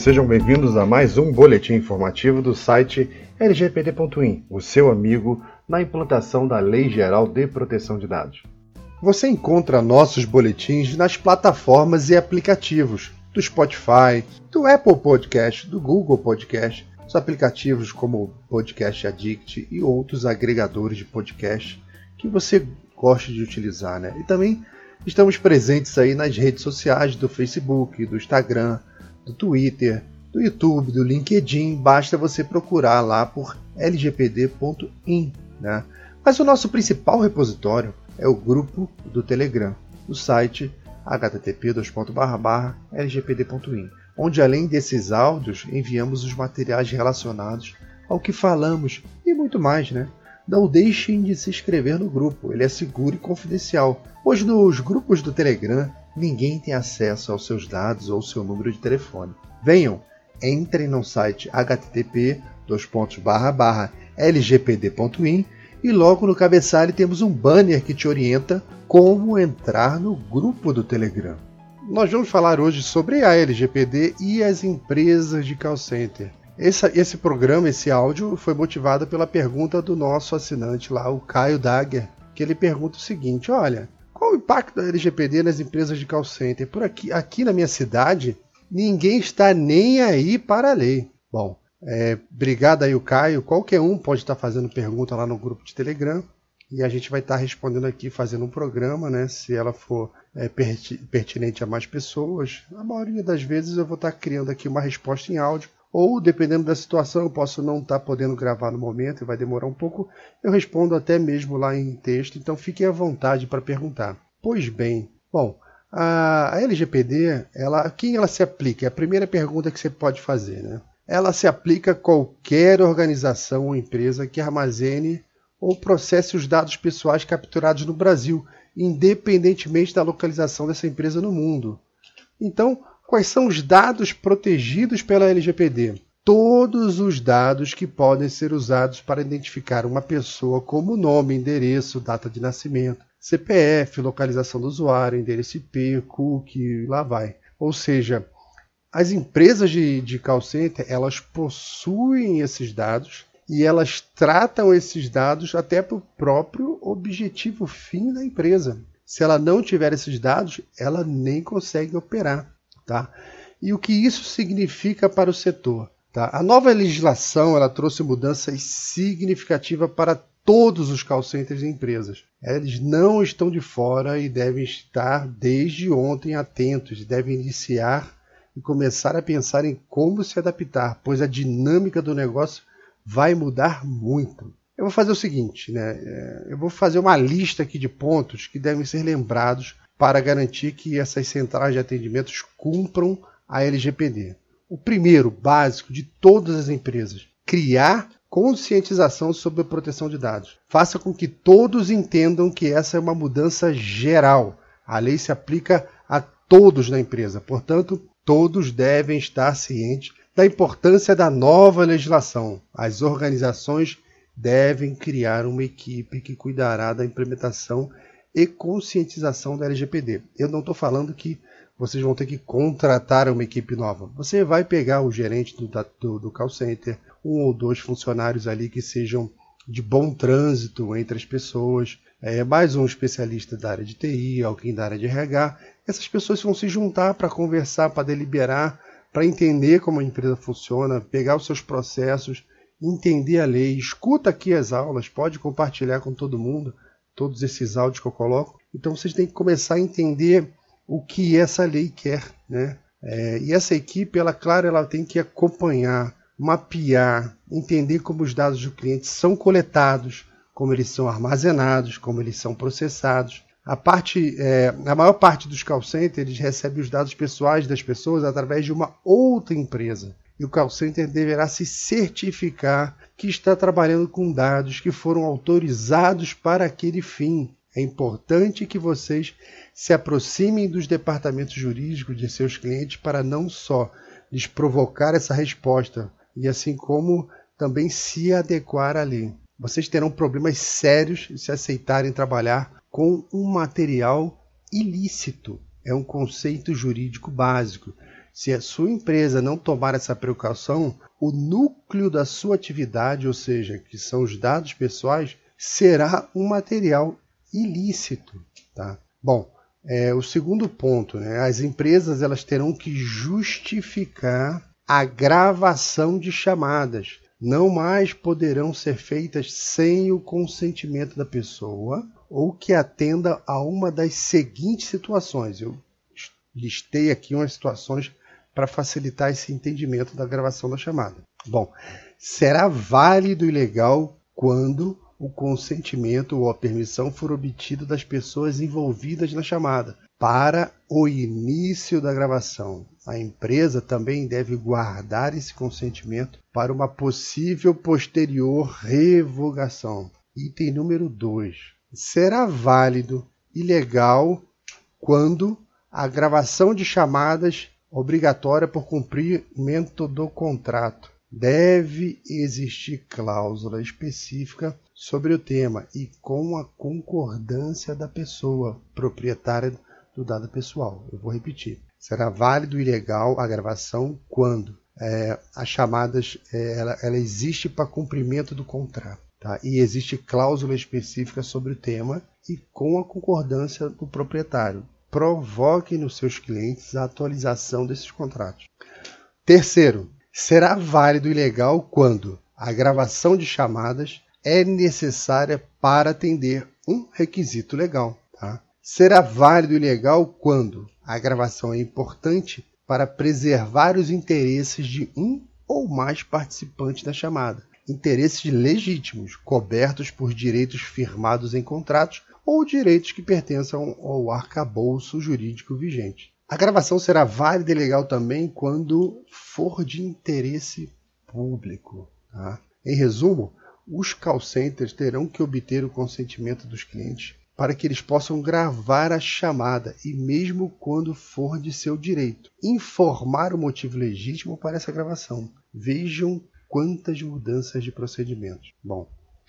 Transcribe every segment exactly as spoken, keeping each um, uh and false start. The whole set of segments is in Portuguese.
sejam bem-vindos a mais um boletim informativo do site L G P D ponto in, o seu amigo na implantação da Lei Geral de Proteção de Dados. Você encontra nossos boletins nas plataformas e aplicativos do Spotify, do Apple Podcast, do Google Podcast, os aplicativos como o Podcast Addict e outros agregadores de podcast que você gosta de utilizar, né? E também estamos presentes aí nas redes sociais do Facebook, do Instagram, do Twitter, do YouTube, do LinkedIn. Basta você procurar lá por L G P D ponto in, né? Mas o nosso principal repositório é o grupo do Telegram, no site h t t p dois pontos barra barra l g p d ponto in, onde além desses áudios enviamos os materiais relacionados ao que falamos e muito mais, né? Não deixem de se inscrever no grupo, ele é seguro e confidencial, pois nos grupos do Telegram ninguém tem acesso aos seus dados ou seu número de telefone. Venham, entrem no site h t t p dois pontos barra barra l g p d ponto in e logo no cabeçalho temos um banner que te orienta como entrar no grupo do Telegram. Nós vamos falar hoje sobre a L G P D e as empresas de call center. Esse, esse programa, esse áudio, foi motivado pela pergunta do nosso assinante lá, o Caio Dagger, que ele pergunta o seguinte: olha, qual o impacto da L G P D nas empresas de call center? Por aqui, aqui na minha cidade, ninguém está nem aí para a lei. Bom, é, obrigado aí o Caio. Qualquer um pode estar fazendo pergunta lá no grupo de Telegram e a gente vai estar respondendo aqui, fazendo um programa, né? Se ela for é, pertinente a mais pessoas, a maioria das vezes eu vou estar criando aqui uma resposta em áudio, ou dependendo da situação eu posso não estar podendo gravar no momento e vai demorar um pouco, eu respondo até mesmo lá em texto, então fiquem à vontade para perguntar. Pois bem, bom, a, a L G P D, ela, a quem ela se aplica? É a primeira pergunta que você pode fazer, né? Ela se aplica a qualquer organização ou empresa que armazene ou processe os dados pessoais capturados no Brasil, independentemente da localização dessa empresa no mundo. Então, quais são os dados protegidos pela L G P D? Todos os dados que podem ser usados para identificar uma pessoa, como nome, endereço, data de nascimento, C P F, localização do usuário, endereço I P, cookie, lá vai. Ou seja, as empresas de, de call center, elas possuem esses dados e elas tratam esses dados até para o próprio objetivo fim da empresa. Se ela não tiver esses dados, ela nem consegue operar. Tá? E o que isso significa para o setor? Tá? A nova legislação ela trouxe mudanças significativas para todos os call centers e empresas. Eles não estão de fora e devem estar desde ontem atentos, devem iniciar e começar a pensar em como se adaptar, pois a dinâmica do negócio vai mudar muito. Eu vou fazer o seguinte, né? Eu vou fazer uma lista aqui de pontos que devem ser lembrados para garantir que essas centrais de atendimentos cumpram a L G P D. O primeiro, básico de todas as empresas, criar conscientização sobre a proteção de dados. Faça com que todos entendam que essa é uma mudança geral. A lei se aplica a todos na empresa, portanto, todos devem estar cientes da importância da nova legislação. As organizações devem criar uma equipe que cuidará da implementação e conscientização da L G P D. Eu não estou falando que vocês vão ter que contratar uma equipe nova. Você vai pegar o gerente do, do, do call center, um ou dois funcionários ali que sejam de bom trânsito entre as pessoas, é, mais um especialista da área de T I, alguém da área de R H. Essas pessoas vão se juntar para conversar, para deliberar, para entender como a empresa funciona, pegar os seus processos, entender a lei. Escuta aqui as aulas, pode compartilhar com todo mundo todos esses áudios que eu coloco. Então vocês têm que começar a entender o que essa lei quer, né? É, e essa equipe, ela, claro, ela tem que acompanhar, mapear, entender como os dados do cliente são coletados, como eles são armazenados, como eles são processados. A, parte, é, a maior parte dos call centers eles recebem os dados pessoais das pessoas através de uma outra empresa. E o call center deverá se certificar que está trabalhando com dados que foram autorizados para aquele fim. É importante que vocês se aproximem dos departamentos jurídicos de seus clientes para não só lhes provocar essa resposta, e assim como também se adequar à lei. Vocês terão problemas sérios se aceitarem trabalhar com um material ilícito. É um conceito jurídico básico. Se a sua empresa não tomar essa precaução, o núcleo da sua atividade, ou seja, que são os dados pessoais, será um material ilícito. Tá? Bom, é, o segundo ponto, né? As empresas elas terão que justificar a gravação de chamadas. Não mais poderão ser feitas sem o consentimento da pessoa ou que atenda a uma das seguintes situações. Eu listei aqui umas situações para facilitar esse entendimento da gravação da chamada. Bom, será válido e legal quando o consentimento ou a permissão for obtido das pessoas envolvidas na chamada para o início da gravação. A empresa também deve guardar esse consentimento para uma possível posterior revogação. Item número dois. Será válido e legal quando a gravação de chamadas obrigatória por cumprimento do contrato. Deve existir cláusula específica sobre o tema e com a concordância da pessoa proprietária do dado pessoal. Eu vou repetir. Será válido e legal a gravação quando é, as chamadas é, ela, ela existe para cumprimento do contrato. Tá? E existe cláusula específica sobre o tema e com a concordância do proprietário. Provoque nos seus clientes a atualização desses contratos. Terceiro, será válido e legal quando a gravação de chamadas é necessária para atender um requisito legal. Tá? Será válido e legal quando a gravação é importante para preservar os interesses de um ou mais participantes da chamada. Interesses legítimos, cobertos por direitos firmados em contratos ou direitos que pertençam ao arcabouço jurídico vigente. A gravação será válida e legal também quando for de interesse público. Tá? Em resumo, os call centers terão que obter o consentimento dos clientes para que eles possam gravar a chamada e mesmo quando for de seu direito, informar o motivo legítimo para essa gravação. Vejam quantas mudanças de procedimentos. Bom,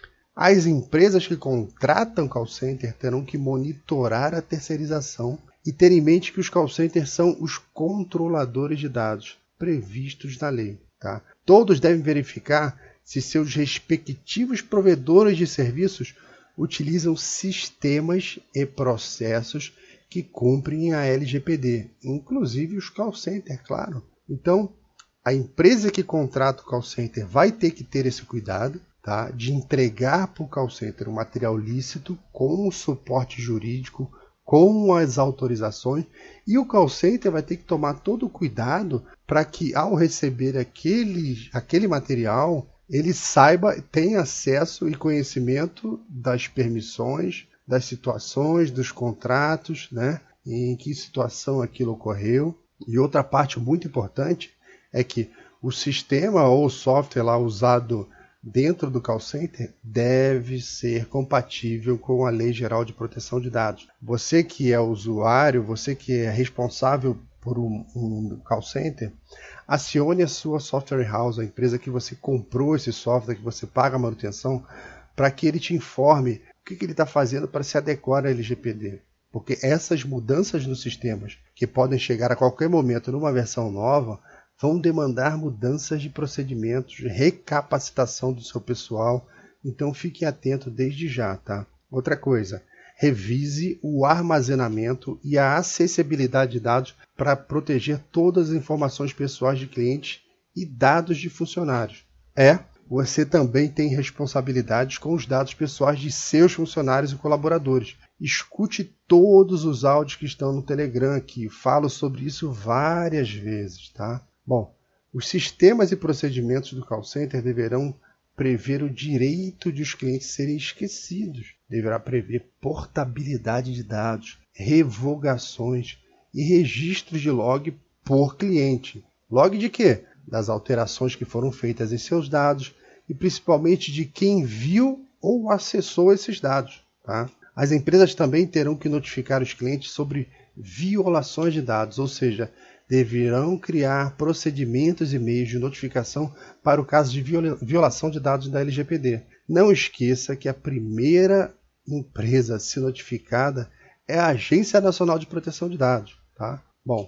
as empresas que contratam call center terão que monitorar a terceirização e ter em mente que os call centers são os controladores de dados previstos na lei. Tá? Todos devem verificar se seus respectivos provedores de serviços utilizam sistemas e processos que cumprem a L G P D, inclusive os call centers, claro. Então, a empresa que contrata o call center vai ter que ter esse cuidado, tá, de entregar para o call center um material lícito com o suporte jurídico, com as autorizações, e o call center vai ter que tomar todo o cuidado para que, ao receber aquele, aquele material, ele saiba, tenha acesso e conhecimento das permissões, das situações, dos contratos, né, em que situação aquilo ocorreu. E outra parte muito importante é que o sistema ou o software lá usado dentro do call center deve ser compatível com a Lei Geral de Proteção de Dados. Você que é usuário, você que é responsável por um, um call center, acione a sua software house, a empresa que você comprou esse software, que você paga a manutenção, para que ele te informe o que, que ele está fazendo para se adequar à L G P D. Porque essas mudanças nos sistemas, que podem chegar a qualquer momento numa versão nova, vão demandar mudanças de procedimentos, recapacitação do seu pessoal. Então fique atento desde já, tá? Outra coisa, revise o armazenamento e a acessibilidade de dados para proteger todas as informações pessoais de clientes e dados de funcionários. É, você também tem responsabilidades com os dados pessoais de seus funcionários e colaboradores. Escute todos os áudios que estão no Telegram aqui, falo sobre isso várias vezes, tá? Bom, os sistemas e procedimentos do call center deverão prever o direito de os clientes serem esquecidos. Deverá prever portabilidade de dados, revogações e registros de log por cliente. Log de quê? Das alterações que foram feitas em seus dados e principalmente de quem viu ou acessou esses dados. Tá? As empresas também terão que notificar os clientes sobre violações de dados, ou seja, deverão criar procedimentos e meios de notificação para o caso de violação de dados da L G P D. Não esqueça que a primeira empresa a ser notificada é a Agência Nacional de Proteção de Dados. Tá? Bom,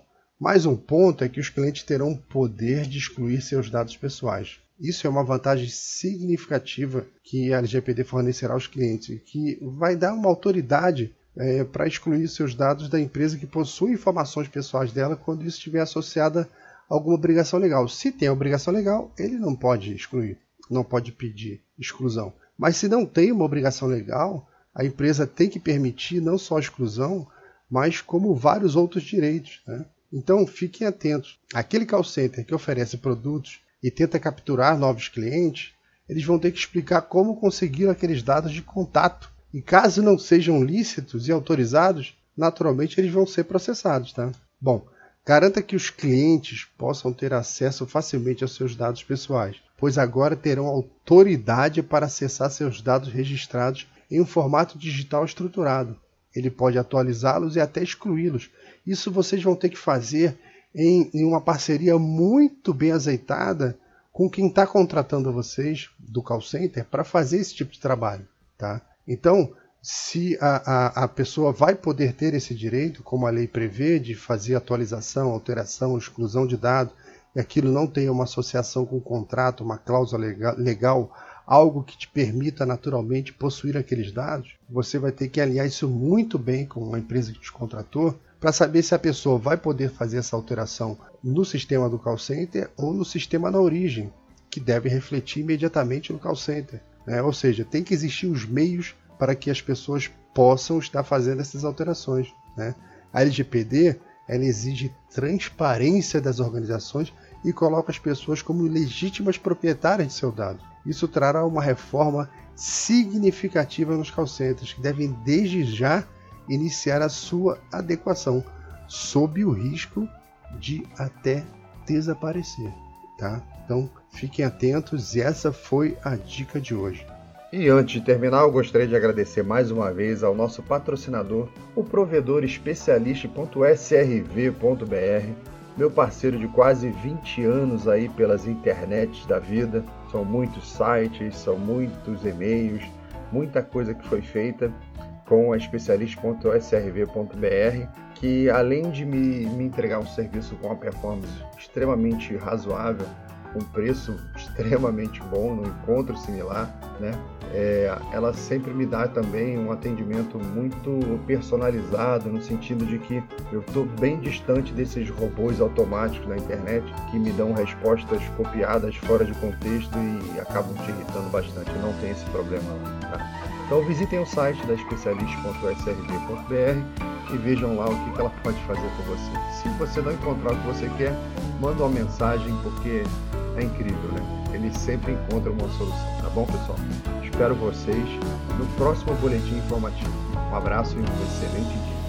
Mais um ponto é que os clientes terão o poder de excluir seus dados pessoais. Isso é uma vantagem significativa que a L G P D fornecerá aos clientes, que vai dar uma autoridade é, para excluir seus dados da empresa que possui informações pessoais dela quando isso estiver associada a alguma obrigação legal. Se tem obrigação legal, ele não pode excluir, não pode pedir exclusão. Mas se não tem uma obrigação legal, a empresa tem que permitir não só a exclusão, mas como vários outros direitos, né? Então fiquem atentos. Aquele call center que oferece produtos e tenta capturar novos clientes, eles vão ter que explicar como conseguiram aqueles dados de contato. E caso não sejam lícitos e autorizados, naturalmente eles vão ser processados, tá? Bom, garanta que os clientes possam ter acesso facilmente aos seus dados pessoais, pois agora terão autoridade para acessar seus dados registrados em um formato digital estruturado. Ele pode atualizá-los e até excluí-los. Isso vocês vão ter que fazer em, em uma parceria muito bem azeitada com quem está contratando vocês do call center para fazer esse tipo de trabalho, tá? Então, se a, a, a pessoa vai poder ter esse direito, como a lei prevê, de fazer atualização, alteração, exclusão de dados, e aquilo não tem uma associação com o contrato, uma cláusula legal, legal, algo que te permita naturalmente possuir aqueles dados, você vai ter que alinhar isso muito bem com a empresa que te contratou, para saber se a pessoa vai poder fazer essa alteração no sistema do call center ou no sistema na origem, que deve refletir imediatamente no call center, né? Ou seja, tem que existir os meios para que as pessoas possam estar fazendo essas alterações, né? A L G P D ela exige transparência das organizações e coloca as pessoas como legítimas proprietárias de seu dado. Isso trará uma reforma significativa nos call centers, que devem desde já iniciar a sua adequação, sob o risco de até desaparecer, tá? Então, fiquem atentos e essa foi a dica de hoje. E antes de terminar, eu gostaria de agradecer mais uma vez ao nosso patrocinador, o provedor especialista ponto s r v ponto b r, meu parceiro de quase vinte anos aí pelas internets da vida. São muitos sites, são muitos e-mails, muita coisa que foi feita com a especialista ponto s r v ponto b r, que além de me, me entregar um serviço com uma performance extremamente razoável, com um preço extremamente bom, no encontro similar, né? É, ela sempre me dá também um atendimento muito personalizado, no sentido de que eu estou bem distante desses robôs automáticos na internet que me dão respostas copiadas fora de contexto e acabam te irritando bastante. Eu não tenho esse problema, tá? Então visitem o site da especialista ponto s r v ponto b r e vejam lá o que ela pode fazer por você. Se você não encontrar o que você quer, manda uma mensagem, porque é incrível, né? Eles sempre encontram uma solução, tá bom, pessoal? Espero vocês no próximo boletim informativo. Um abraço e um excelente dia.